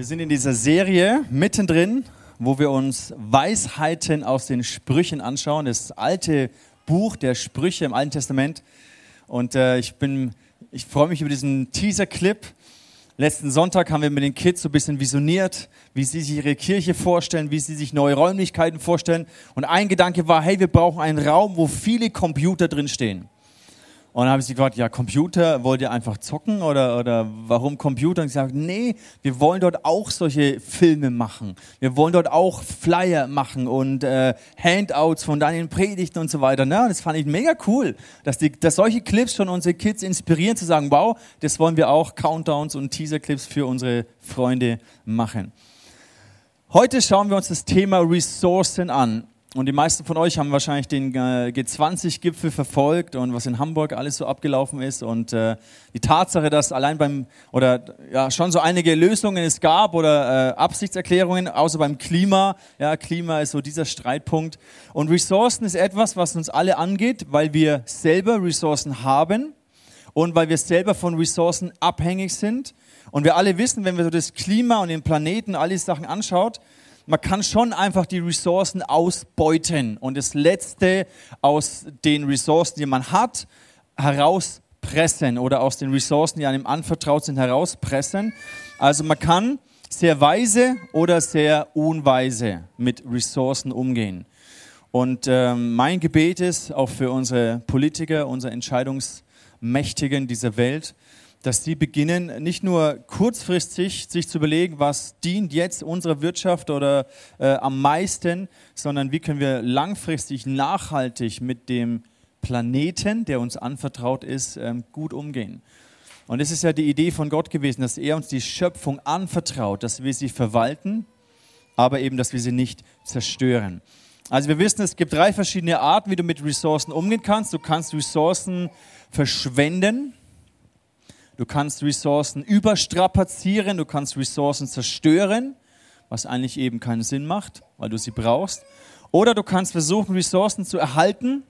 Wir sind in dieser Serie mittendrin, wo wir uns Weisheiten aus den Sprüchen anschauen, das alte Buch der Sprüche im Alten Testament. Und ich freue mich über diesen Teaser-Clip. Letzten Sonntag haben wir mit den Kids so ein bisschen visioniert, wie sie sich ihre Kirche vorstellen, wie sie sich neue Räumlichkeiten vorstellen. Und ein Gedanke war, hey, wir brauchen einen Raum, wo viele Computer drin stehen. Und dann habe ich sie gefragt, ja, Computer, wollt ihr einfach zocken oder warum Computer? Und ich gesagt, nee, wir wollen dort auch solche Filme machen. Wir wollen dort auch Flyer machen und Handouts von deinen Predigten und so weiter. Ne? Und das fand ich mega cool, dass solche Clips schon unsere Kids inspirieren, zu sagen, wow, das wollen wir auch, Countdowns und Teaser-Clips für unsere Freunde machen. Heute schauen wir uns das Thema Ressourcen an. Und die meisten von euch haben wahrscheinlich den G20-Gipfel verfolgt und was in Hamburg alles so abgelaufen ist. Und die Tatsache, dass allein schon so einige Lösungen es gab oder Absichtserklärungen, außer beim Klima. Ja, Klima ist so dieser Streitpunkt. Und Ressourcen ist etwas, was uns alle angeht, weil wir selber Ressourcen haben und weil wir selber von Ressourcen abhängig sind. Und wir alle wissen, wenn wir so das Klima und den Planeten, all diese Sachen anschaut, man kann schon einfach die Ressourcen ausbeuten und das Letzte aus den Ressourcen, die man hat, herauspressen oder aus den Ressourcen, die einem anvertraut sind, herauspressen. Also man kann sehr weise oder sehr unweise mit Ressourcen umgehen. Und mein Gebet ist auch für unsere Politiker, unsere Entscheidungsmächtigen dieser Welt, dass sie beginnen, nicht nur kurzfristig sich zu überlegen, was dient jetzt unserer Wirtschaft oder am meisten, sondern wie können wir langfristig, nachhaltig mit dem Planeten, der uns anvertraut ist, gut umgehen. Und es ist ja die Idee von Gott gewesen, dass er uns die Schöpfung anvertraut, dass wir sie verwalten, aber eben, dass wir sie nicht zerstören. Also wir wissen, es gibt 3 verschiedene Arten, wie du mit Ressourcen umgehen kannst. Du kannst Ressourcen verschwenden. Du kannst Ressourcen überstrapazieren, du kannst Ressourcen zerstören, was eigentlich eben keinen Sinn macht, weil du sie brauchst. Oder du kannst versuchen, Ressourcen zu erhalten.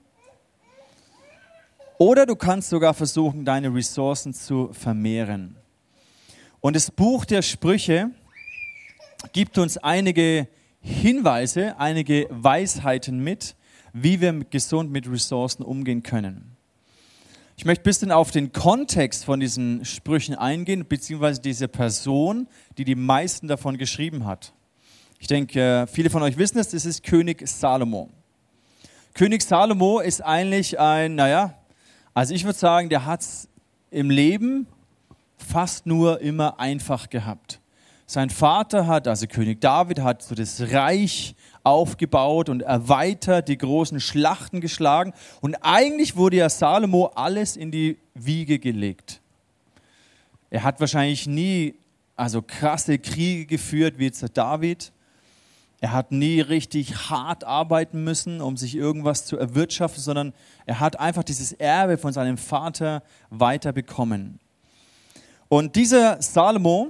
Oder du kannst sogar versuchen, deine Ressourcen zu vermehren. Und das Buch der Sprüche gibt uns einige Hinweise, einige Weisheiten mit, wie wir gesund mit Ressourcen umgehen können. Ich möchte ein bisschen auf den Kontext von diesen Sprüchen eingehen, beziehungsweise diese Person, die die meisten davon geschrieben hat. Ich denke, viele von euch wissen es, das ist König Salomo. König Salomo ist eigentlich also ich würde sagen, der hat es im Leben fast nur immer einfach gehabt. Sein Vater also König David, hat so das Reich aufgebaut und erweitert, die großen Schlachten geschlagen. Und eigentlich wurde ja Salomo alles in die Wiege gelegt. Er hat wahrscheinlich nie krasse Kriege geführt wie jetzt David. Er hat nie richtig hart arbeiten müssen, um sich irgendwas zu erwirtschaften, sondern er hat einfach dieses Erbe von seinem Vater weiterbekommen. Und dieser Salomo,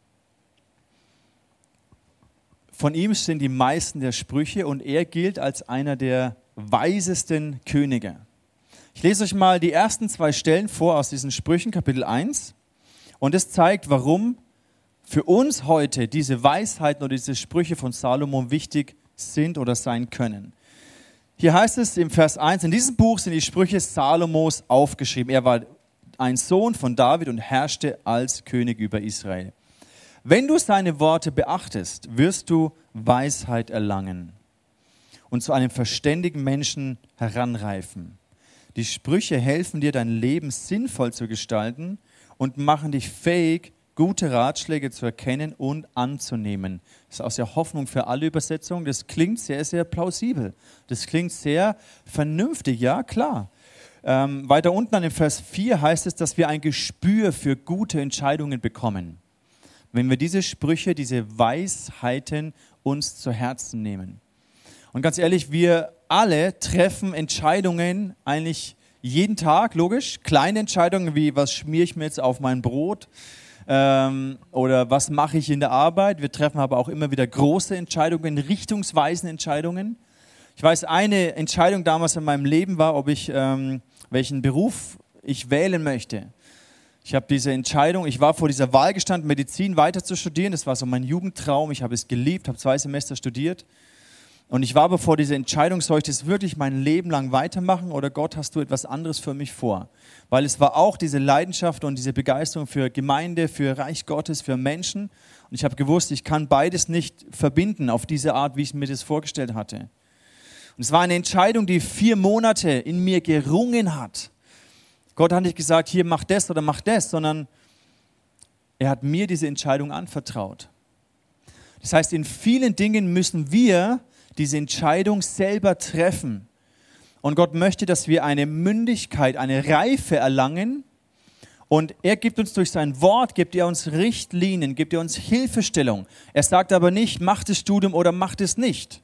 von ihm sind die meisten der Sprüche und er gilt als einer der weisesten Könige. Ich lese euch mal die ersten 2 Stellen vor aus diesen Sprüchen, Kapitel 1. Und es zeigt, warum für uns heute diese Weisheiten oder diese Sprüche von Salomo wichtig sind oder sein können. Hier heißt es im Vers 1, in diesem Buch sind die Sprüche Salomos aufgeschrieben. Er war ein Sohn von David und herrschte als König über Israel. Wenn du seine Worte beachtest, wirst du Weisheit erlangen und zu einem verständigen Menschen heranreifen. Die Sprüche helfen dir, dein Leben sinnvoll zu gestalten und machen dich fähig, gute Ratschläge zu erkennen und anzunehmen. Das ist aus der Hoffnung für alle Übersetzungen. Das klingt sehr, sehr plausibel. Das klingt sehr vernünftig, ja klar. Weiter unten an dem Vers 4 heißt es, dass wir ein Gespür für gute Entscheidungen bekommen, wenn wir diese Sprüche, diese Weisheiten uns zu Herzen nehmen. Und ganz ehrlich, wir alle treffen Entscheidungen eigentlich jeden Tag, logisch. Kleine Entscheidungen wie, was schmiere ich mir jetzt auf mein Brot oder was mache ich in der Arbeit. Wir treffen aber auch immer wieder große Entscheidungen, richtungsweisende Entscheidungen. Ich weiß, eine Entscheidung damals in meinem Leben war, ob ich welchen Beruf ich wählen möchte. Ich habe diese Entscheidung, ich war vor dieser Wahl gestanden, Medizin weiter zu studieren. Das war so mein Jugendtraum. Ich habe es geliebt, habe 2 Semester studiert. Und ich war aber vor dieser Entscheidung, soll ich das wirklich mein Leben lang weitermachen oder Gott, hast du etwas anderes für mich vor? Weil es war auch diese Leidenschaft und diese Begeisterung für Gemeinde, für Reich Gottes, für Menschen. Und ich habe gewusst, ich kann beides nicht verbinden auf diese Art, wie ich mir das vorgestellt hatte. Und es war eine Entscheidung, die 4 Monate in mir gerungen hat. Gott hat nicht gesagt, hier mach das oder mach das, sondern er hat mir diese Entscheidung anvertraut. Das heißt, in vielen Dingen müssen wir diese Entscheidung selber treffen. Und Gott möchte, dass wir eine Mündigkeit, eine Reife erlangen. Und er gibt uns durch sein Wort, gibt er uns Richtlinien, gibt er uns Hilfestellung. Er sagt aber nicht, mach das Studium oder mach das nicht.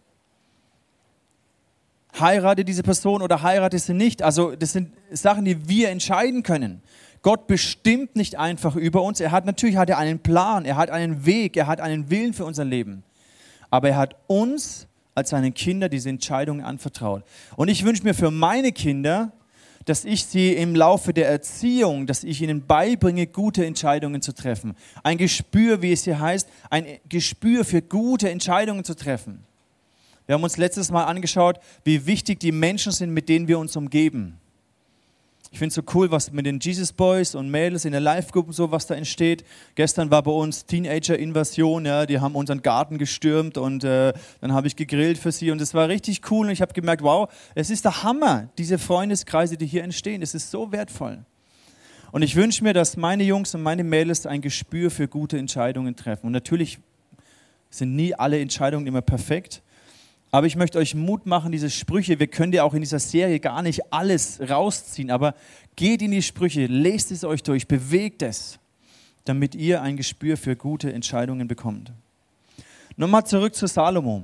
Heirate diese Person oder heirate sie nicht. Also das sind Sachen, die wir entscheiden können. Gott bestimmt nicht einfach über uns. Natürlich hat er einen Plan, er hat einen Weg, er hat einen Willen für unser Leben. Aber er hat uns als seine Kinder diese Entscheidungen anvertraut. Und ich wünsche mir für meine Kinder, dass ich sie im Laufe der Erziehung, dass ich ihnen beibringe, gute Entscheidungen zu treffen. Ein Gespür, wie es hier heißt, ein Gespür für gute Entscheidungen zu treffen. Wir haben uns letztes Mal angeschaut, wie wichtig die Menschen sind, mit denen wir uns umgeben. Ich finde es so cool, was mit den Jesus Boys und Mädels in der Live-Gruppe so, was da entsteht. Gestern war bei uns Teenager-Invasion, ja, die haben unseren Garten gestürmt und dann habe ich gegrillt für sie und es war richtig cool und ich habe gemerkt, wow, es ist der Hammer, diese Freundeskreise, die hier entstehen, es ist so wertvoll. Und ich wünsche mir, dass meine Jungs und meine Mädels ein Gespür für gute Entscheidungen treffen. Und natürlich sind nie alle Entscheidungen immer perfekt. Aber ich möchte euch Mut machen, diese Sprüche, wir können ja auch in dieser Serie gar nicht alles rausziehen, aber geht in die Sprüche, lest es euch durch, bewegt es, damit ihr ein Gespür für gute Entscheidungen bekommt. Nochmal zurück zu Salomo.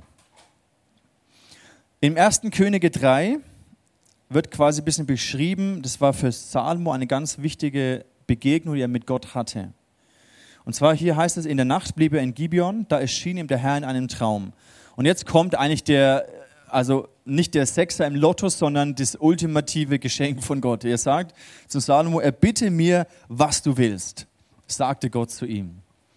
Im 1. Könige 3 wird quasi ein bisschen beschrieben, das war für Salomo eine ganz wichtige Begegnung, die er mit Gott hatte. Und zwar hier heißt es, in der Nacht blieb er in Gibeon, da erschien ihm der Herr in einem Traum. Und jetzt kommt eigentlich nicht der Sechser im Lotto, sondern das ultimative Geschenk von Gott. Er sagt zu Salomo, erbitte mir, was du willst, sagte Gott zu ihm.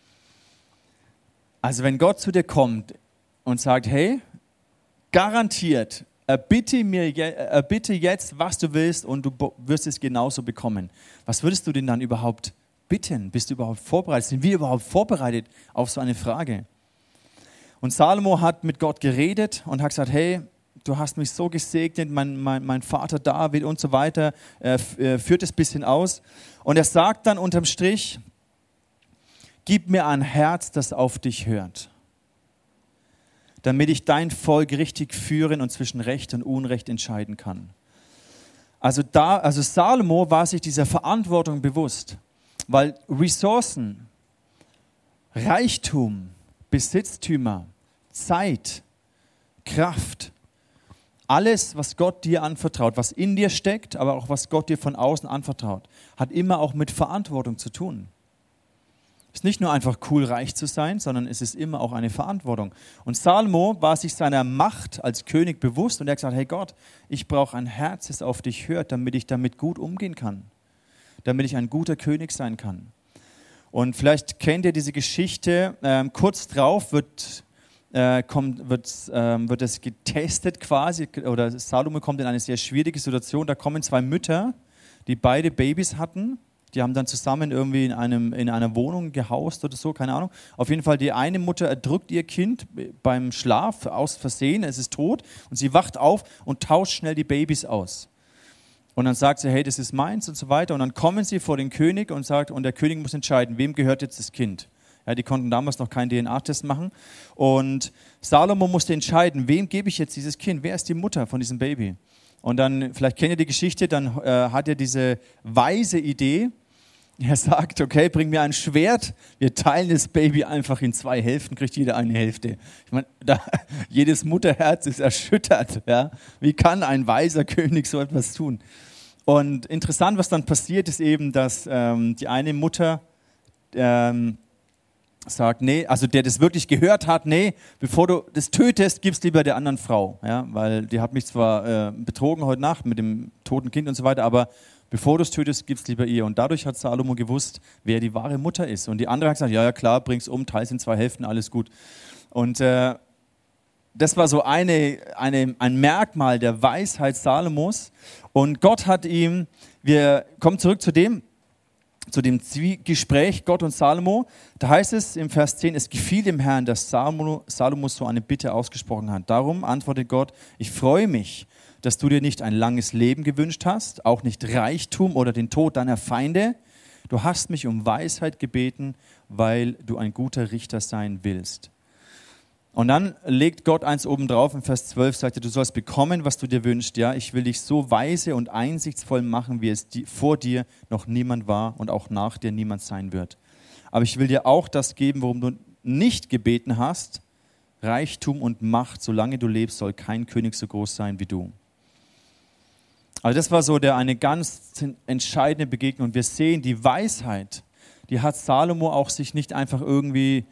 Also wenn Gott zu dir kommt und sagt, hey, garantiert, erbitte jetzt, was du willst und du wirst es genauso bekommen. Was würdest du denn dann überhaupt bitten? Bist du überhaupt vorbereitet? Sind wir überhaupt vorbereitet auf so eine Frage? Und Salomo hat mit Gott geredet und hat gesagt, hey, du hast mich so gesegnet, mein Vater David und so weiter, führt es ein bisschen aus. Und er sagt dann unterm Strich, gib mir ein Herz, das auf dich hört, damit ich dein Volk richtig führen und zwischen Recht und Unrecht entscheiden kann. Also Salomo war sich dieser Verantwortung bewusst, weil Ressourcen, Reichtum, Besitztümer, Zeit, Kraft, alles, was Gott dir anvertraut, was in dir steckt, aber auch was Gott dir von außen anvertraut, hat immer auch mit Verantwortung zu tun. Es ist nicht nur einfach cool, reich zu sein, sondern es ist immer auch eine Verantwortung. Und Salomo war sich seiner Macht als König bewusst und er hat gesagt, hey Gott, ich brauche ein Herz, das auf dich hört, damit ich damit gut umgehen kann, damit ich ein guter König sein kann. Und vielleicht kennt ihr diese Geschichte, kurz drauf wird es getestet quasi, oder Salomo kommt in eine sehr schwierige Situation, da kommen 2 Mütter, die beide Babys hatten, die haben dann zusammen irgendwie in einer Wohnung gehaust oder so, keine Ahnung. Auf jeden Fall, die eine Mutter erdrückt ihr Kind beim Schlaf aus Versehen, es ist tot und sie wacht auf und tauscht schnell die Babys aus. Und dann sagt sie, hey, das ist meins und so weiter. Und dann kommen sie vor den König und der König muss entscheiden, wem gehört jetzt das Kind. Ja, die konnten damals noch keinen DNA-Test machen. Und Salomo musste entscheiden, wem gebe ich jetzt dieses Kind? Wer ist die Mutter von diesem Baby? Und dann, vielleicht kennt ihr die Geschichte, dann hat er diese weise Idee. Er sagt, okay, bring mir ein Schwert, wir teilen das Baby einfach in 2 Hälften, kriegt jeder eine Hälfte. Ich meine, jedes Mutterherz ist erschüttert. Ja? Wie kann ein weiser König so etwas tun? Und interessant, was dann passiert, ist eben, dass die eine Mutter sagt, nee, also der das wirklich gehört hat, nee, bevor du das tötest, gib's lieber der anderen Frau. Ja? Weil die hat mich zwar betrogen heute Nacht mit dem toten Kind und so weiter, aber Bevor du es tötest, gib es lieber ihr. Und dadurch hat Salomo gewusst, wer die wahre Mutter ist. Und die andere hat gesagt, ja klar, bring's um, teils in 2 Hälften, alles gut. Und das war so ein Merkmal der Weisheit Salomos. Und Gott hat ihm, wir kommen zurück zu dem Gespräch Gott und Salomo. Da heißt es im Vers 10, es gefiel dem Herrn, dass Salomo so eine Bitte ausgesprochen hat. Darum antwortet Gott, ich freue mich, dass du dir nicht ein langes Leben gewünscht hast, auch nicht Reichtum oder den Tod deiner Feinde. Du hast mich um Weisheit gebeten, weil du ein guter Richter sein willst. Und dann legt Gott eins oben drauf, im Vers 12 sagt er, du sollst bekommen, was du dir wünschst. Ja, ich will dich so weise und einsichtsvoll machen, wie es vor dir noch niemand war und auch nach dir niemand sein wird. Aber ich will dir auch das geben, worum du nicht gebeten hast. Reichtum und Macht, solange du lebst, soll kein König so groß sein wie du. Also das war so eine ganz entscheidende Begegnung. Und wir sehen, die Weisheit, die hat Salomo auch sich nicht einfach irgendwie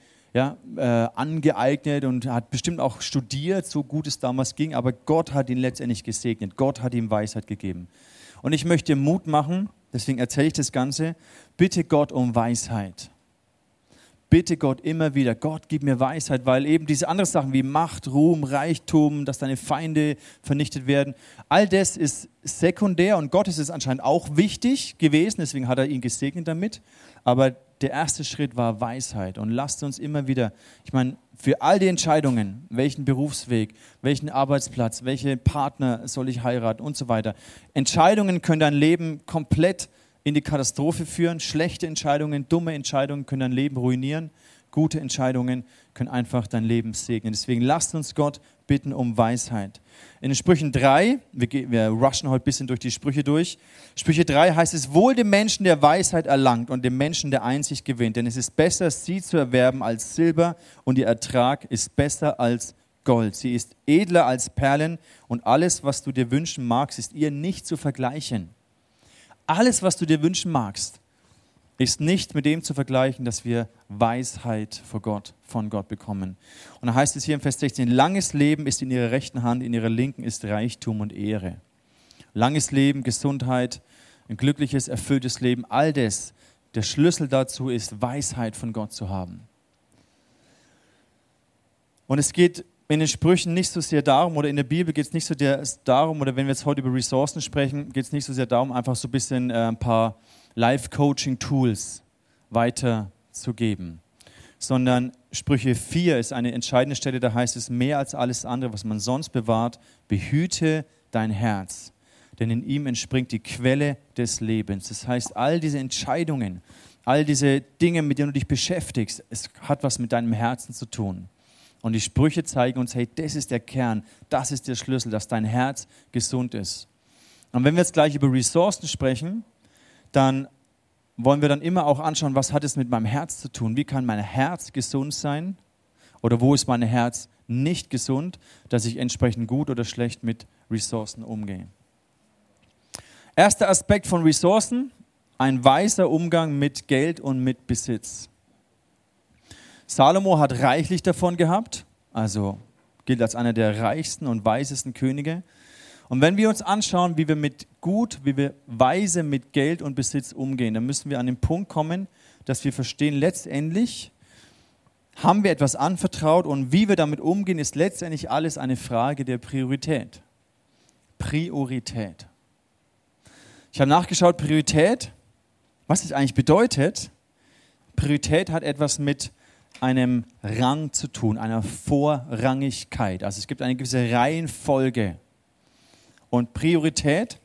angeeignet und hat bestimmt auch studiert, so gut es damals ging, aber Gott hat ihn letztendlich gesegnet. Gott hat ihm Weisheit gegeben. Und ich möchte dir Mut machen, deswegen erzähle ich das Ganze, bitte Gott um Weisheit. Bitte Gott immer wieder, Gott, gib mir Weisheit, weil eben diese anderen Sachen wie Macht, Ruhm, Reichtum, dass deine Feinde vernichtet werden, all das ist sekundär und Gott ist es anscheinend auch wichtig gewesen, deswegen hat er ihn gesegnet damit, aber der erste Schritt war Weisheit und lasst uns immer wieder, ich meine, für all die Entscheidungen, welchen Berufsweg, welchen Arbeitsplatz, welche Partner soll ich heiraten und so weiter. Entscheidungen können dein Leben komplett in die Katastrophe führen. Schlechte Entscheidungen, dumme Entscheidungen können dein Leben ruinieren. Gute Entscheidungen können einfach dein Leben segnen. Deswegen lasst uns Gott bitten um Weisheit. In den Sprüchen 3, wir rushen heute ein bisschen durch die Sprüche durch. Sprüche 3 heißt es, wohl dem Menschen, der Weisheit erlangt und dem Menschen, der Einsicht gewinnt. Denn es ist besser, sie zu erwerben als Silber und ihr Ertrag ist besser als Gold. Sie ist edler als Perlen und alles, was du dir wünschen magst, ist ihr nicht zu vergleichen. Alles, was du dir wünschen magst, ist nicht mit dem zu vergleichen, dass wir Weisheit von Gott bekommen. Und da heißt es hier im Vers 16, langes Leben ist in ihrer rechten Hand, in ihrer linken ist Reichtum und Ehre. Langes Leben, Gesundheit, ein glückliches, erfülltes Leben, all das, der Schlüssel dazu ist, Weisheit von Gott zu haben. Und es geht in den Sprüchen nicht so sehr darum, oder in der Bibel geht es nicht so sehr darum, oder wenn wir jetzt heute über Ressourcen sprechen, geht es nicht so sehr darum, einfach so ein bisschen ein paar Life-Coaching-Tools weiterzugeben, sondern Sprüche 4 ist eine entscheidende Stelle, da heißt es, mehr als alles andere, was man sonst bewahrt, behüte dein Herz, denn in ihm entspringt die Quelle des Lebens. Das heißt, all diese Entscheidungen, all diese Dinge, mit denen du dich beschäftigst, es hat was mit deinem Herzen zu tun. Und die Sprüche zeigen uns, hey, das ist der Kern, das ist der Schlüssel, dass dein Herz gesund ist. Und wenn wir jetzt gleich über Ressourcen sprechen, dann wollen wir dann immer auch anschauen, was hat es mit meinem Herz zu tun? Wie kann mein Herz gesund sein? Oder wo ist mein Herz nicht gesund, dass ich entsprechend gut oder schlecht mit Ressourcen umgehe? Erster Aspekt von Ressourcen, ein weiser Umgang mit Geld und mit Besitz. Salomo hat reichlich davon gehabt, also gilt als einer der reichsten und weisesten Könige. Und wenn wir uns anschauen, wie wir weise mit Geld und Besitz umgehen, dann müssen wir an den Punkt kommen, dass wir verstehen, letztendlich haben wir etwas anvertraut und wie wir damit umgehen, ist letztendlich alles eine Frage der Priorität. Priorität. Ich habe nachgeschaut, Priorität, was es eigentlich bedeutet. Priorität hat etwas mit einem Rang zu tun, einer Vorrangigkeit. Also es gibt eine gewisse Reihenfolge. Und Priorität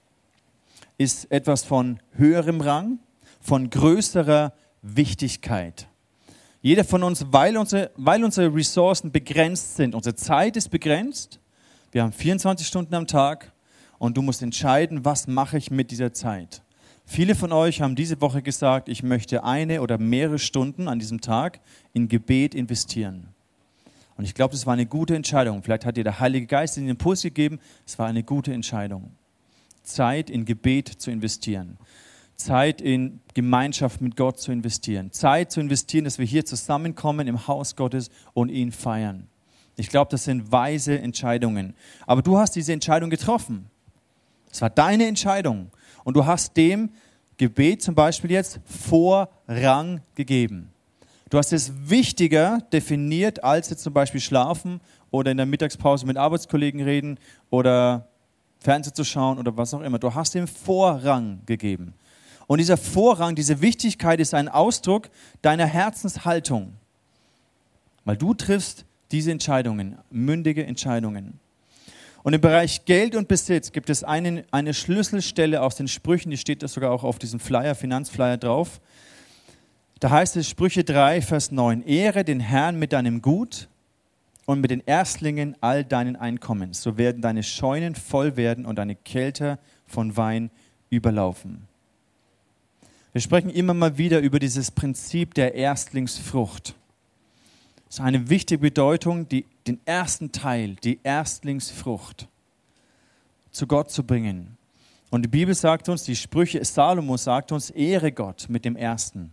ist etwas von höherem Rang, von größerer Wichtigkeit. Jeder von uns, weil unsere Ressourcen begrenzt sind, unsere Zeit ist begrenzt, wir haben 24 Stunden am Tag und du musst entscheiden, was mache ich mit dieser Zeit. Viele von euch haben diese Woche gesagt, ich möchte eine oder mehrere Stunden an diesem Tag in Gebet investieren. Und ich glaube, das war eine gute Entscheidung. Vielleicht hat dir der Heilige Geist den Impuls gegeben, es war eine gute Entscheidung. Zeit in Gebet zu investieren. Zeit in Gemeinschaft mit Gott zu investieren. Zeit zu investieren, dass wir hier zusammenkommen im Haus Gottes und ihn feiern. Ich glaube, das sind weise Entscheidungen. Aber du hast diese Entscheidung getroffen. Es war deine Entscheidung. Und du hast dem Gebet zum Beispiel jetzt Vorrang gegeben. Du hast es wichtiger definiert, als jetzt zum Beispiel schlafen oder in der Mittagspause mit Arbeitskollegen reden oder Fernsehen zu schauen oder was auch immer. Du hast ihm Vorrang gegeben. Und dieser Vorrang, diese Wichtigkeit ist ein Ausdruck deiner Herzenshaltung. Weil du triffst diese Entscheidungen, mündige Entscheidungen. Und im Bereich Geld und Besitz gibt es eine Schlüsselstelle aus den Sprüchen, die steht da sogar auch auf diesem Flyer, Finanzflyer drauf. Da heißt es Sprüche 3, Vers 9, Ehre den Herrn mit deinem Gut und mit den Erstlingen all deinen Einkommens. So werden deine Scheunen voll werden und deine Kelter von Wein überlaufen. Wir sprechen immer mal wieder über dieses Prinzip der Erstlingsfrucht. Das ist eine wichtige Bedeutung, den ersten Teil, die Erstlingsfrucht zu Gott zu bringen. Und die Bibel sagt uns, die Sprüche, Salomo sagt uns, ehre Gott mit dem Ersten.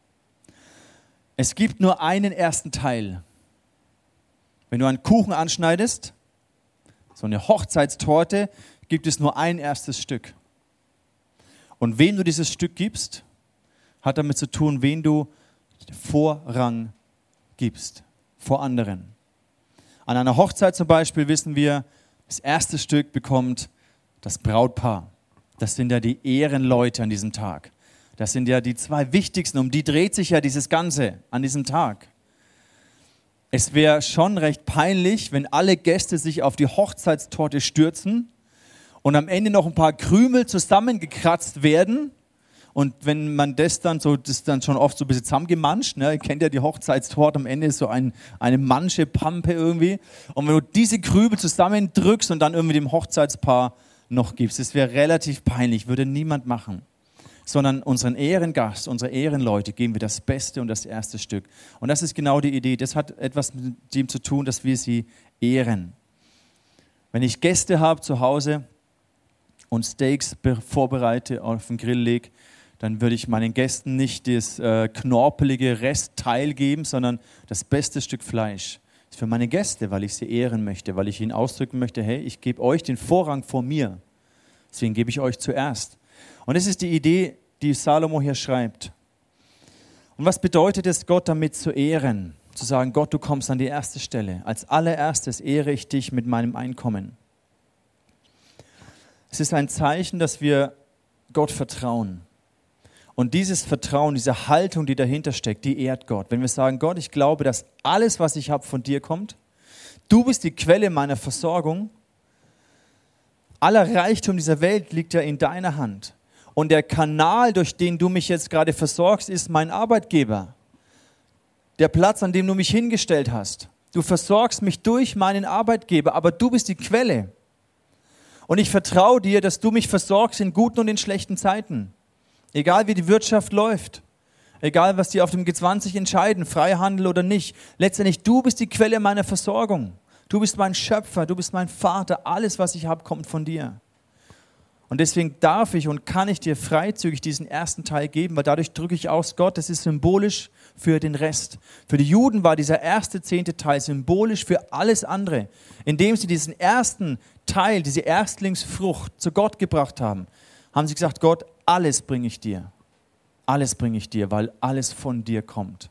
Es gibt nur einen ersten Teil. Wenn du einen Kuchen anschneidest, so eine Hochzeitstorte, gibt es nur ein erstes Stück. Und wem du dieses Stück gibst, hat damit zu tun, wen du Vorrang gibst vor anderen. An einer Hochzeit zum Beispiel wissen wir, das erste Stück bekommt das Brautpaar. Das sind ja die Ehrenleute an diesem Tag. Das sind ja die zwei wichtigsten, um die dreht sich ja dieses Ganze an diesem Tag. Es wäre schon recht peinlich, wenn alle Gäste sich auf die Hochzeitstorte stürzen und am Ende noch ein paar Krümel zusammengekratzt werden. Und wenn man das dann schon oft so ein bisschen zusammengemanscht, ne? Ihr kennt ja die Hochzeitstorte, am Ende ist so eine manche Pampe irgendwie. Und wenn du diese Krümel zusammendrückst und dann irgendwie dem Hochzeitspaar noch gibst, das wäre relativ peinlich, würde niemand machen. Sondern unseren Ehrengast, unsere Ehrenleute geben wir das Beste und das erste Stück. Und das ist genau die Idee. Das hat etwas mit dem zu tun, dass wir sie ehren. Wenn ich Gäste habe zu Hause und Steaks vorbereite, auf den Grill lege, dann würde ich meinen Gästen nicht das knorpelige Restteil geben, sondern das beste Stück Fleisch. Das ist für meine Gäste, weil ich sie ehren möchte, weil ich ihnen ausdrücken möchte, hey, ich gebe euch den Vorrang vor mir. Deswegen gebe ich euch zuerst. Und das ist die Idee, die Salomo hier schreibt. Und was bedeutet es, Gott damit zu ehren? Zu sagen, Gott, du kommst an die erste Stelle. Als allererstes ehre ich dich mit meinem Einkommen. Es ist ein Zeichen, dass wir Gott vertrauen. Und dieses Vertrauen, diese Haltung, die dahinter steckt, die ehrt Gott. Wenn wir sagen, Gott, ich glaube, dass alles, was ich habe, von dir kommt. Du bist die Quelle meiner Versorgung. Aller Reichtum dieser Welt liegt ja in deiner Hand. Und der Kanal, durch den du mich jetzt gerade versorgst, ist mein Arbeitgeber. Der Platz, an dem du mich hingestellt hast. Du versorgst mich durch meinen Arbeitgeber, aber du bist die Quelle. Und ich vertraue dir, dass du mich versorgst in guten und in schlechten Zeiten. Egal wie die Wirtschaft läuft. Egal was die auf dem G20 entscheiden, Freihandel oder nicht. Letztendlich, du bist die Quelle meiner Versorgung. Du bist mein Schöpfer, du bist mein Vater. Alles, was ich habe, kommt von dir. Und deswegen darf ich und kann ich dir freizügig diesen ersten Teil geben, weil dadurch drücke ich aus, Gott, das ist symbolisch für den Rest. Für die Juden war dieser erste 10. Teil symbolisch für alles andere. Indem sie diesen ersten Teil, diese Erstlingsfrucht zu Gott gebracht haben, haben sie gesagt, Gott, alles bringe ich dir. Alles bringe ich dir, weil alles von dir kommt.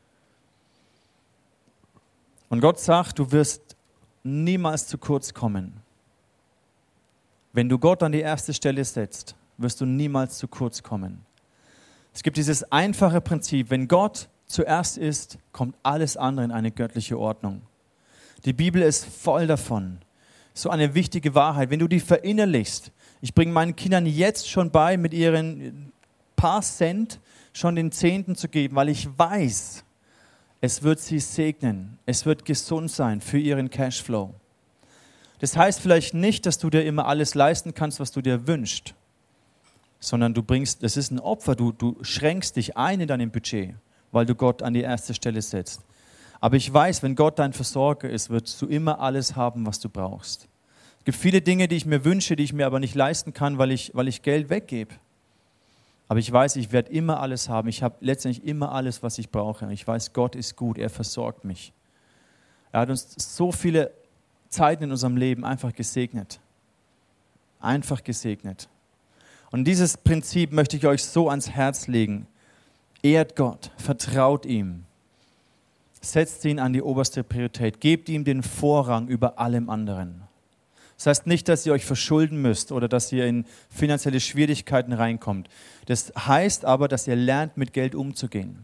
Und Gott sagt, du wirst niemals zu kurz kommen. Wenn du Gott an die erste Stelle setzt, wirst du niemals zu kurz kommen. Es gibt dieses einfache Prinzip, wenn Gott zuerst ist, kommt alles andere in eine göttliche Ordnung. Die Bibel ist voll davon. So eine wichtige Wahrheit. Wenn du die verinnerlichst, ich bringe meinen Kindern jetzt schon bei, mit ihren paar Cent schon den Zehnten zu geben, weil ich weiß, es wird sie segnen. Es wird gesund sein für ihren Cashflow. Das heißt vielleicht nicht, dass du dir immer alles leisten kannst, was du dir wünschst, sondern du bringst, das ist ein Opfer, du schränkst dich ein in deinem Budget, weil du Gott an die erste Stelle setzt. Aber ich weiß, wenn Gott dein Versorger ist, wirst du immer alles haben, was du brauchst. Es gibt viele Dinge, die ich mir wünsche, die ich mir aber nicht leisten kann, weil ich Geld weggebe. Aber ich weiß, ich werde immer alles haben. Ich habe letztendlich immer alles, was ich brauche. Ich weiß, Gott ist gut, er versorgt mich. Er hat uns so viele Zeiten in unserem Leben einfach gesegnet. einfach gesegnet. Und dieses Prinzip möchte ich euch so ans Herz legen. Ehrt Gott, vertraut ihm, setzt ihn an die oberste Priorität, gebt ihm den Vorrang über allem anderen. Das heißt nicht, dass ihr euch verschulden müsst oder dass ihr in finanzielle Schwierigkeiten reinkommt. Das heißt aber, dass ihr lernt, mit Geld umzugehen.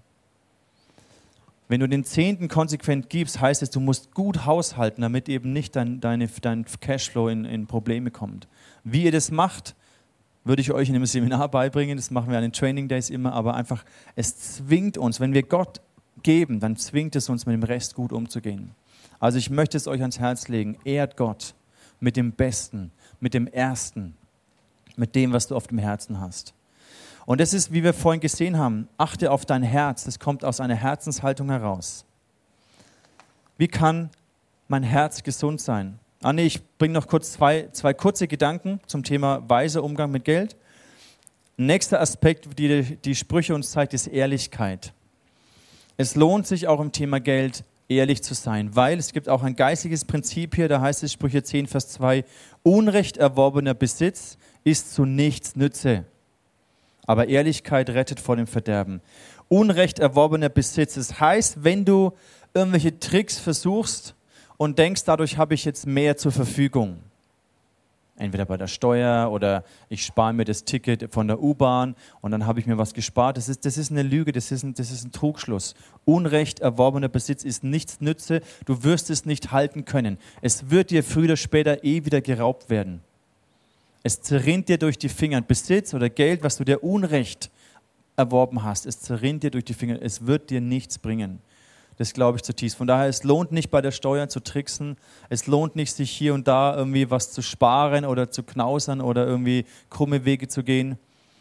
Wenn du den Zehnten konsequent gibst, heißt es, du musst gut haushalten, damit eben nicht dein Cashflow in Probleme kommt. Wie ihr das macht, würde ich euch in einem Seminar beibringen, das machen wir an den Training Days immer, aber einfach, es zwingt uns, wenn wir Gott geben, dann zwingt es uns, mit dem Rest gut umzugehen. Also ich möchte es euch ans Herz legen, ehrt Gott mit dem Besten, mit dem Ersten, mit dem, was du auf dem Herzen hast. Und das ist, wie wir vorhin gesehen haben, achte auf dein Herz, das kommt aus einer Herzenshaltung heraus. Wie kann mein Herz gesund sein? Ich bringe noch kurz zwei kurze Gedanken zum Thema weiser Umgang mit Geld. Nächster Aspekt, die Sprüche uns zeigt, ist Ehrlichkeit. Es lohnt sich auch im Thema Geld ehrlich zu sein, weil es gibt auch ein geistiges Prinzip hier, da heißt es Sprüche 10, Vers 2, Unrecht erworbener Besitz ist zu nichts Nütze, aber Ehrlichkeit rettet vor dem Verderben. Unrecht erworbener Besitz, das heißt, wenn du irgendwelche Tricks versuchst und denkst, dadurch habe ich jetzt mehr zur Verfügung. Entweder bei der Steuer oder ich spare mir das Ticket von der U-Bahn und dann habe ich mir was gespart. Das ist eine Lüge, das ist ein Trugschluss. Unrecht erworbener Besitz ist nichts Nütze, du wirst es nicht halten können. Es wird dir früher oder später wieder geraubt werden. Es zerrinnt dir durch die Finger. Besitz oder Geld, was du dir Unrecht erworben hast, es zerrinnt dir durch die Finger. Es wird dir nichts bringen. Das glaube ich zutiefst. Von daher, es lohnt nicht, bei der Steuer zu tricksen. Es lohnt nicht, sich hier und da irgendwie was zu sparen oder zu knausern oder irgendwie krumme Wege zu gehen,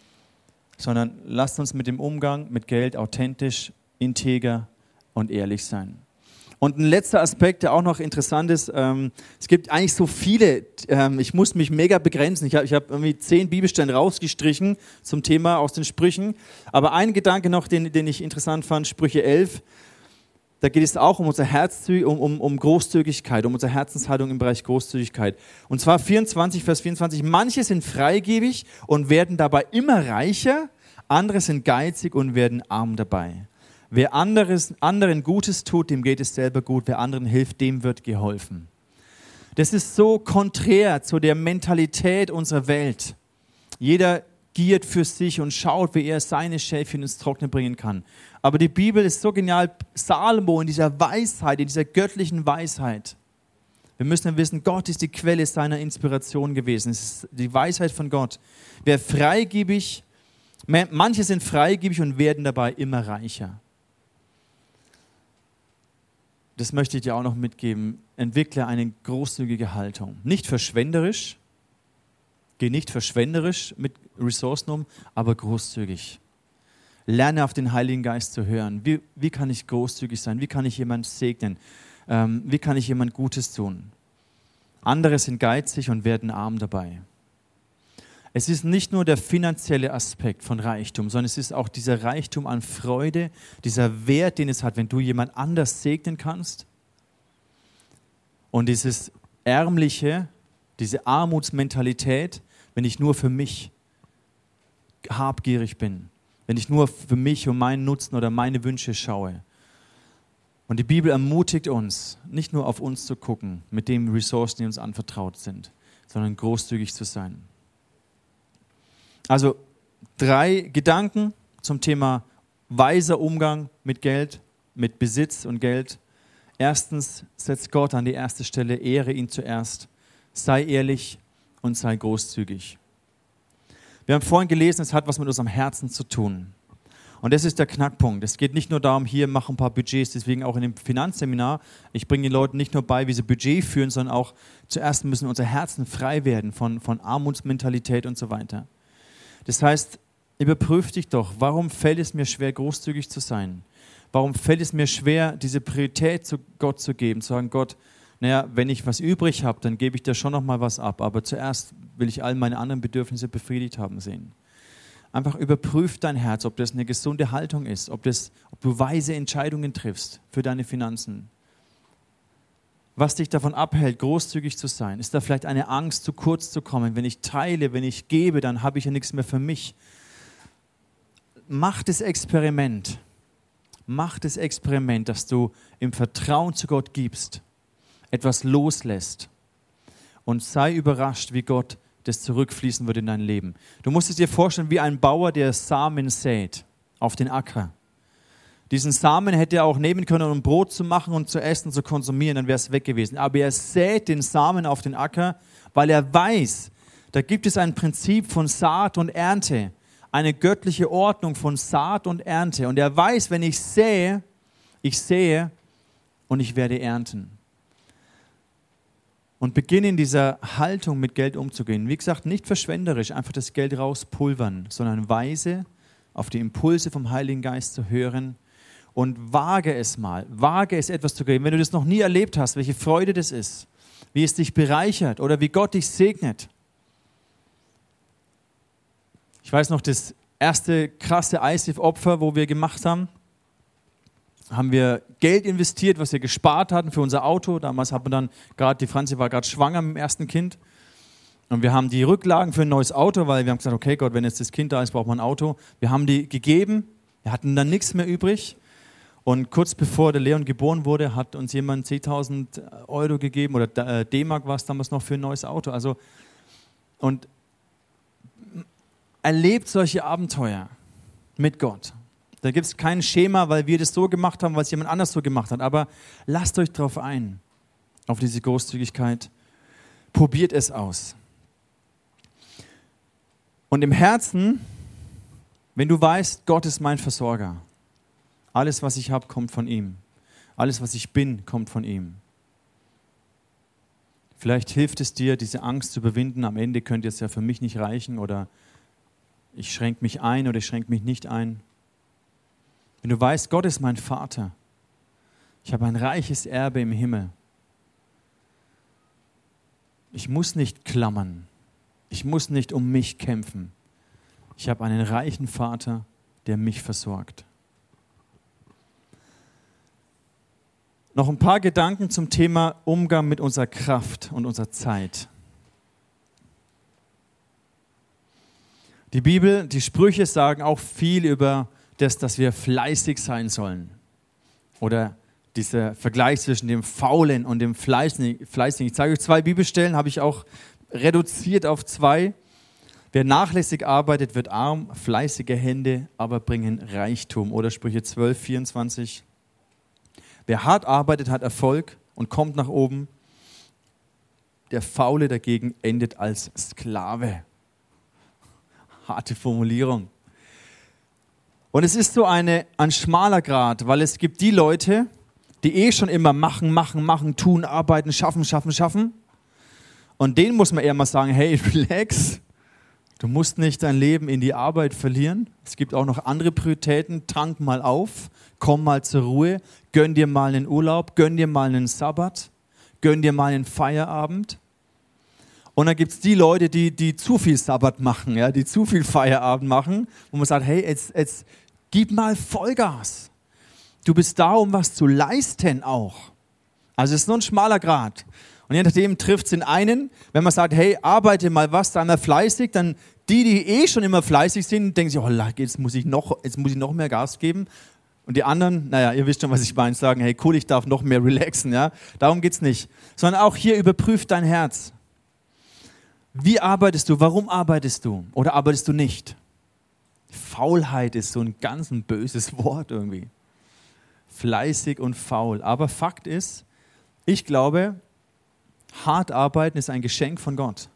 sondern lasst uns mit dem Umgang mit Geld authentisch, integer und ehrlich sein. Und ein letzter Aspekt, der auch noch interessant ist, es gibt eigentlich so viele, ich muss mich mega begrenzen, ich hab irgendwie 10 Bibelstellen rausgestrichen zum Thema aus den Sprüchen, aber ein Gedanke noch, den ich interessant fand, Sprüche 11, da geht es auch um unser um Großzügigkeit, um unsere Herzenshaltung im Bereich Großzügigkeit. Und zwar 24, Vers 24. Manche sind freigebig und werden dabei immer reicher, andere sind geizig und werden arm dabei. Wer anderen Gutes tut, dem geht es selber gut. Wer anderen hilft, dem wird geholfen. Das ist so konträr zu der Mentalität unserer Welt. Jeder giert für sich und schaut, wie er seine Schäfchen ins Trockene bringen kann. Aber die Bibel ist so genial, Salomo in dieser Weisheit, in dieser göttlichen Weisheit. Wir müssen ja wissen, Gott ist die Quelle seiner Inspiration gewesen. Es ist die Weisheit von Gott. Manche sind freigebig und werden dabei immer reicher. Das möchte ich dir auch noch mitgeben. Entwickle eine großzügige Haltung. Nicht verschwenderisch. Geh nicht verschwenderisch mit Ressourcen um, aber großzügig. Lerne auf den Heiligen Geist zu hören. Wie kann ich großzügig sein? Wie kann ich jemanden segnen? Wie kann ich jemand Gutes tun? Andere sind geizig und werden arm dabei. Es ist nicht nur der finanzielle Aspekt von Reichtum, sondern es ist auch dieser Reichtum an Freude, dieser Wert, den es hat, wenn du jemand anders segnen kannst. Und dieses Ärmliche, diese Armutsmentalität, wenn ich nur für mich habgierig bin, wenn ich nur für mich und meinen Nutzen oder meine Wünsche schaue. Und die Bibel ermutigt uns, nicht nur auf uns zu gucken, mit den Ressourcen, die uns anvertraut sind, sondern großzügig zu sein. Also 3 Gedanken zum Thema weiser Umgang mit Geld, mit Besitz und Geld. Erstens, setz Gott an die erste Stelle, ehre ihn zuerst. Sei ehrlich und sei großzügig. Wir haben vorhin gelesen, es hat was mit unserem Herzen zu tun. Und das ist der Knackpunkt. Es geht nicht nur darum, hier mach ein paar Budgets, deswegen auch in dem Finanzseminar. Ich bringe den Leuten nicht nur bei, wie sie Budget führen, sondern auch zuerst müssen unsere Herzen frei werden von Armutsmentalität und so weiter. Das heißt, überprüf dich doch, warum fällt es mir schwer, großzügig zu sein? Warum fällt es mir schwer, diese Priorität zu Gott zu geben, zu sagen, Gott, wenn ich was übrig habe, dann gebe ich dir schon noch mal was ab, aber zuerst will ich all meine anderen Bedürfnisse befriedigt haben sehen. Einfach überprüf dein Herz, ob das eine gesunde Haltung ist, ob du weise Entscheidungen triffst für deine Finanzen. was dich davon abhält, großzügig zu sein? Ist da vielleicht eine Angst, zu kurz zu kommen? Wenn ich teile, wenn ich gebe, dann habe ich ja nichts mehr für mich. Mach das Experiment. Mach das Experiment, dass du im Vertrauen zu Gott gibst, etwas loslässt und sei überrascht, wie Gott das zurückfließen wird in dein Leben. Du musst es dir vorstellen, wie ein Bauer, der Samen sät auf den Acker. Diesen Samen hätte er auch nehmen können, um Brot zu machen und zu essen, zu konsumieren, dann wäre es weg gewesen. Aber er sät den Samen auf den Acker, weil er weiß, da gibt es ein Prinzip von Saat und Ernte, eine göttliche Ordnung von Saat und Ernte. Und er weiß, wenn ich sähe und ich werde ernten. Und beginne in dieser Haltung mit Geld umzugehen. Wie gesagt, nicht verschwenderisch, einfach das Geld rauspulvern, sondern weise auf die Impulse vom Heiligen Geist zu hören und wage es mal, wage es etwas zu geben. Wenn du das noch nie erlebt hast, welche Freude das ist, wie es dich bereichert oder wie Gott dich segnet. Ich weiß noch, das erste krasse ICF-Opfer, wo wir gemacht haben wir Geld investiert, was wir gespart hatten für unser Auto. Damals hat man dann gerade, die Franzi war gerade schwanger mit dem ersten Kind. Und wir haben die Rücklagen für ein neues Auto, weil wir haben gesagt, okay Gott, wenn jetzt das Kind da ist, braucht man ein Auto. Wir haben die gegeben, wir hatten dann nichts mehr übrig. Und kurz bevor der Leon geboren wurde, hat uns jemand 10.000 Euro gegeben, oder D-Mark war es damals noch für ein neues Auto. Also, und erlebt solche Abenteuer mit Gott. Da gibt es kein Schema, weil wir das so gemacht haben, weil es jemand anders so gemacht hat. Aber lasst euch darauf ein, auf diese Großzügigkeit. Probiert es aus. Und im Herzen, wenn du weißt, Gott ist mein Versorger. Alles, was ich habe, kommt von ihm. Alles, was ich bin, kommt von ihm. Vielleicht hilft es dir, diese Angst zu überwinden. Am Ende könnte es ja für mich nicht reichen oder ich schränke mich ein oder ich schränke mich nicht ein. Wenn du weißt, Gott ist mein Vater, ich habe ein reiches Erbe im Himmel. Ich muss nicht klammern, ich muss nicht um mich kämpfen. Ich habe einen reichen Vater, der mich versorgt. Noch ein paar Gedanken zum Thema Umgang mit unserer Kraft und unserer Zeit. Die Bibel, die Sprüche sagen auch viel über das, dass wir fleißig sein sollen. Oder dieser Vergleich zwischen dem Faulen und dem Fleißigen. Ich zeige euch 2 Bibelstellen, habe ich auch reduziert auf 2. Wer nachlässig arbeitet, wird arm, fleißige Hände aber bringen Reichtum. Oder Sprüche 12, 24. Wer hart arbeitet, hat Erfolg und kommt nach oben. Der Faule dagegen endet als Sklave. Harte Formulierung. Und es ist so ein schmaler Grat, weil es gibt die Leute, die schon immer machen, tun, arbeiten, schaffen. Und denen muss man eher mal sagen, hey, relax, du musst nicht dein Leben in die Arbeit verlieren. Es gibt auch noch andere Prioritäten, tank mal auf, komm mal zur Ruhe, gönn dir mal einen Urlaub, gönn dir mal einen Sabbat, gönn dir mal einen Feierabend. Und dann gibt es die Leute, die zu viel Sabbat machen, ja, die zu viel Feierabend machen, wo man sagt, hey, jetzt gib mal Vollgas. Du bist da, um was zu leisten auch. Also es ist nur ein schmaler Grat. Und je nachdem trifft es den einen, wenn man sagt, hey, arbeite mal was, sei mal fleißig, dann die schon immer fleißig sind, denken sich, oh, jetzt muss ich noch mehr Gas geben. Und die anderen, naja, ihr wisst schon, was ich meine, sagen, hey, cool, ich darf noch mehr relaxen. Ja? Darum geht es nicht. Sondern auch hier überprüft dein Herz. Wie arbeitest du? Warum arbeitest du? Oder arbeitest du nicht? Faulheit ist so ein ganz böses Wort irgendwie. Fleißig und faul. Aber Fakt ist, ich glaube, hart arbeiten ist ein Geschenk von Gott.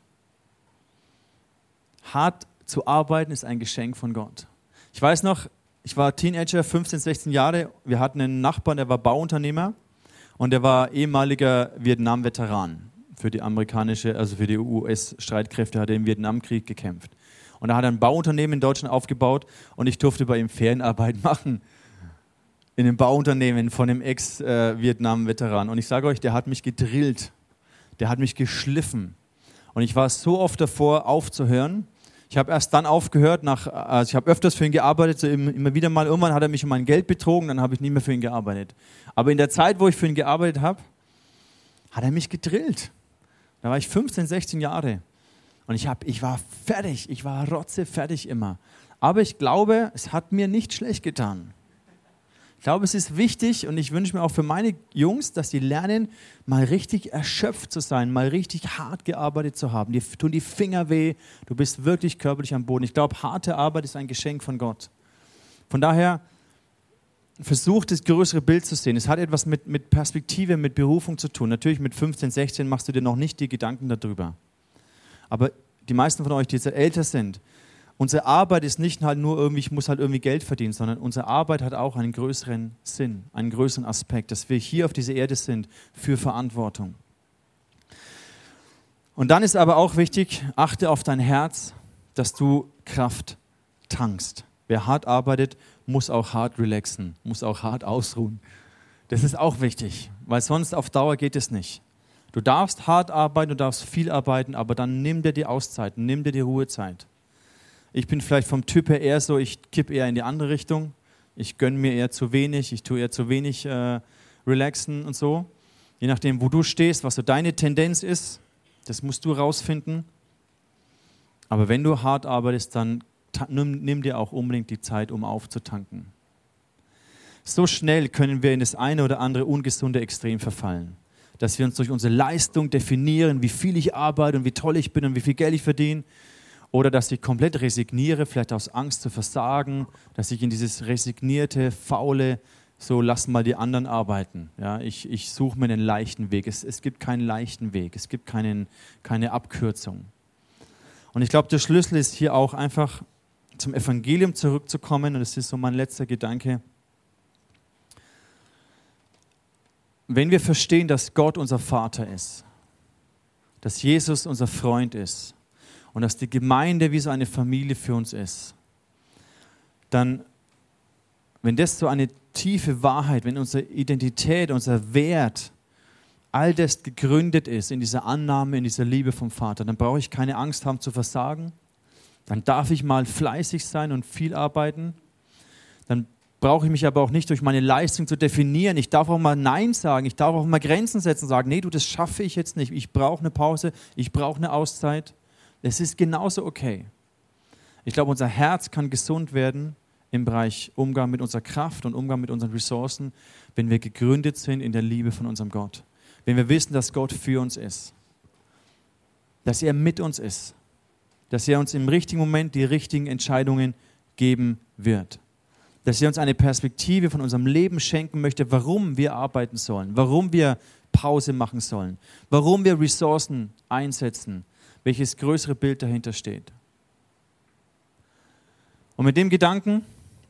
Hart zu arbeiten ist ein Geschenk von Gott. Ich weiß noch, ich war Teenager, 15, 16 Jahre. Wir hatten einen Nachbarn, der war Bauunternehmer und der war ehemaliger Vietnam-Veteran. Für die für die US-Streitkräfte hat er im Vietnamkrieg gekämpft. Und da hat er ein Bauunternehmen in Deutschland aufgebaut und ich durfte bei ihm Ferienarbeit machen. In einem Bauunternehmen von einem Ex-Vietnam-Veteran. Und ich sage euch, der hat mich gedrillt. Der hat mich geschliffen. Und ich war so oft davor, aufzuhören. Ich habe erst dann aufgehört, ich habe öfters für ihn gearbeitet, so immer wieder mal. Irgendwann hat er mich um mein Geld betrogen, dann habe ich nie mehr für ihn gearbeitet. Aber in der Zeit, wo ich für ihn gearbeitet habe, hat er mich gedrillt. Da war ich 15, 16 Jahre und ich war fertig, ich war rotzefertig immer. Aber ich glaube, es hat mir nicht schlecht getan. Ich glaube, es ist wichtig und ich wünsche mir auch für meine Jungs, dass die lernen, mal richtig erschöpft zu sein, mal richtig hart gearbeitet zu haben. Dir tun die Finger weh, du bist wirklich körperlich am Boden. Ich glaube, harte Arbeit ist ein Geschenk von Gott. Von daher versucht das größere Bild zu sehen. Es hat etwas mit Perspektive, mit Berufung zu tun. Natürlich mit 15, 16 machst du dir noch nicht die Gedanken darüber. Aber die meisten von euch, die jetzt älter sind, unsere Arbeit ist nicht halt nur irgendwie, ich muss halt irgendwie Geld verdienen, sondern unsere Arbeit hat auch einen größeren Sinn, einen größeren Aspekt, dass wir hier auf dieser Erde sind für Verantwortung. Und dann ist aber auch wichtig, achte auf dein Herz, dass du Kraft tankst. Wer hart arbeitet, muss auch hart relaxen, muss auch hart ausruhen. Das ist auch wichtig, weil sonst auf Dauer geht es nicht. Du darfst hart arbeiten, du darfst viel arbeiten, aber dann nimm dir die Auszeit, nimm dir die Ruhezeit. Ich bin vielleicht vom Typ her eher so, ich kippe eher in die andere Richtung. Ich gönne mir eher zu wenig, ich tue eher zu wenig relaxen und so. Je nachdem, wo du stehst, was so deine Tendenz ist, das musst du rausfinden. Aber wenn du hart arbeitest, dann nimm dir auch unbedingt die Zeit, um aufzutanken. So schnell können wir in das eine oder andere ungesunde Extrem verfallen. Dass wir uns durch unsere Leistung definieren, wie viel ich arbeite und wie toll ich bin und wie viel Geld ich verdiene. Oder dass ich komplett resigniere, vielleicht aus Angst zu versagen, dass ich in dieses resignierte, faule, so lass mal die anderen arbeiten. Ja, ich suche mir einen leichten Weg. Es gibt keinen leichten Weg, es gibt keine Abkürzung. Und ich glaube, der Schlüssel ist hier auch einfach zum Evangelium zurückzukommen. Und das ist so mein letzter Gedanke. Wenn wir verstehen, dass Gott unser Vater ist, dass Jesus unser Freund ist, und dass die Gemeinde wie so eine Familie für uns ist, dann, wenn das so eine tiefe Wahrheit, wenn unsere Identität, unser Wert, all das gegründet ist in dieser Annahme, in dieser Liebe vom Vater, dann brauche ich keine Angst haben zu versagen, dann darf ich mal fleißig sein und viel arbeiten, dann brauche ich mich aber auch nicht durch meine Leistung zu definieren. Ich darf auch mal Nein sagen, ich darf auch mal Grenzen setzen und sagen, nee, das schaffe ich jetzt nicht, ich brauche eine Pause, ich brauche eine Auszeit. Es ist genauso okay. Ich glaube, unser Herz kann gesund werden im Bereich Umgang mit unserer Kraft und Umgang mit unseren Ressourcen, wenn wir gegründet sind in der Liebe von unserem Gott. Wenn wir wissen, dass Gott für uns ist, dass er mit uns ist, dass er uns im richtigen Moment die richtigen Entscheidungen geben wird, dass er uns eine Perspektive von unserem Leben schenken möchte, warum wir arbeiten sollen, warum wir Pause machen sollen, warum wir Ressourcen einsetzen, welches größere Bild dahinter steht. Und mit dem Gedanken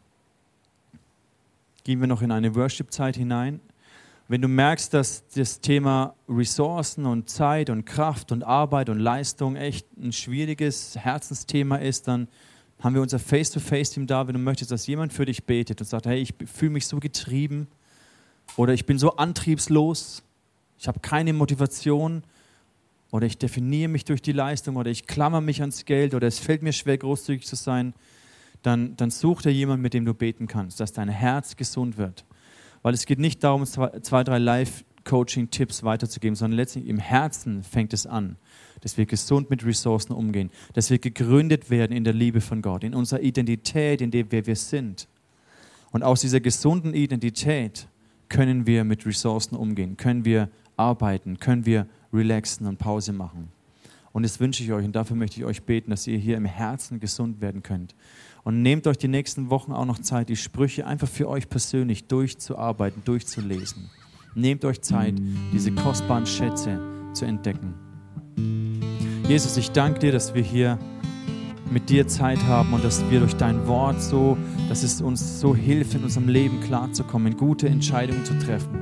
gehen wir noch in eine Worship-Zeit hinein. Wenn du merkst, dass das Thema Ressourcen und Zeit und Kraft und Arbeit und Leistung echt ein schwieriges Herzensthema ist, dann haben wir unser Face-to-Face-Team da, wenn du möchtest, dass jemand für dich betet und sagt, hey, ich fühle mich so getrieben oder ich bin so antriebslos, ich habe keine Motivation, oder ich definiere mich durch die Leistung oder ich klammer mich ans Geld oder es fällt mir schwer, großzügig zu sein, dann such dir jemanden, mit dem du beten kannst, dass dein Herz gesund wird. Weil es geht nicht darum, 2, 3 Live-Coaching-Tipps weiterzugeben, sondern letztlich im Herzen fängt es an, dass wir gesund mit Ressourcen umgehen, dass wir gegründet werden in der Liebe von Gott, in unserer Identität, in der wir sind. Und aus dieser gesunden Identität können wir mit Ressourcen umgehen, können wir arbeiten, können wir relaxen und Pause machen. Und das wünsche ich euch und dafür möchte ich euch beten, dass ihr hier im Herzen gesund werden könnt. Und nehmt euch die nächsten Wochen auch noch Zeit, die Sprüche einfach für euch persönlich durchzuarbeiten, durchzulesen. Nehmt euch Zeit, diese kostbaren Schätze zu entdecken. Jesus, ich danke dir, dass wir hier mit dir Zeit haben und dass wir durch dein Wort so, dass es uns so hilft, in unserem Leben klarzukommen, gute Entscheidungen zu treffen.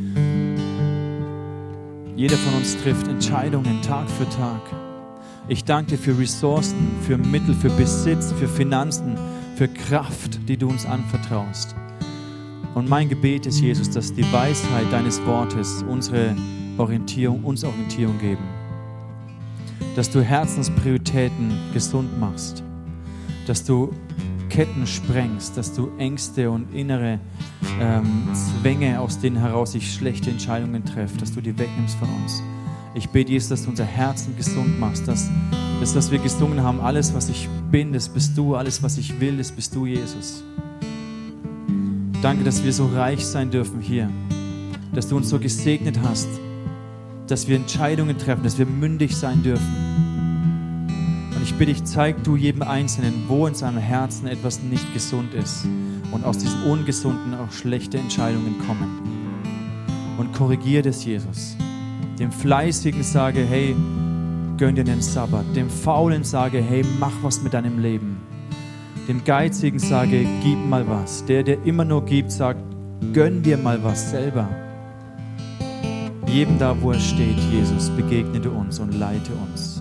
Jeder von uns trifft Entscheidungen Tag für Tag. Ich danke dir für Ressourcen, für Mittel, für Besitz, für Finanzen, für Kraft, die du uns anvertraust. Und mein Gebet ist, Jesus, dass die Weisheit deines Wortes uns Orientierung geben. Dass du Herzensprioritäten gesund machst. Dass du Ketten sprengst, dass du Ängste und innere Zwänge, aus denen heraus ich schlechte Entscheidungen treffe, dass du die wegnimmst von uns. Ich bete, Jesus, dass du unser Herzen gesund machst, dass das, was wir gesungen haben, alles, was ich bin, das bist du, alles, was ich will, das bist du, Jesus. Danke, dass wir so reich sein dürfen hier, dass du uns so gesegnet hast, dass wir Entscheidungen treffen, dass wir mündig sein dürfen. Und ich bitte dich, zeig du jedem Einzelnen, wo in seinem Herzen etwas nicht gesund ist und aus diesem Ungesunden auch schlechte Entscheidungen kommen. Und korrigiere das, Jesus. Dem Fleißigen sage, hey, gönn dir den Sabbat. Dem Faulen sage, hey, mach was mit deinem Leben. Dem Geizigen sage, gib mal was. Der immer nur gibt, sagt, gönn dir mal was selber. Jedem da, wo er steht, Jesus, begegne du uns und leite uns.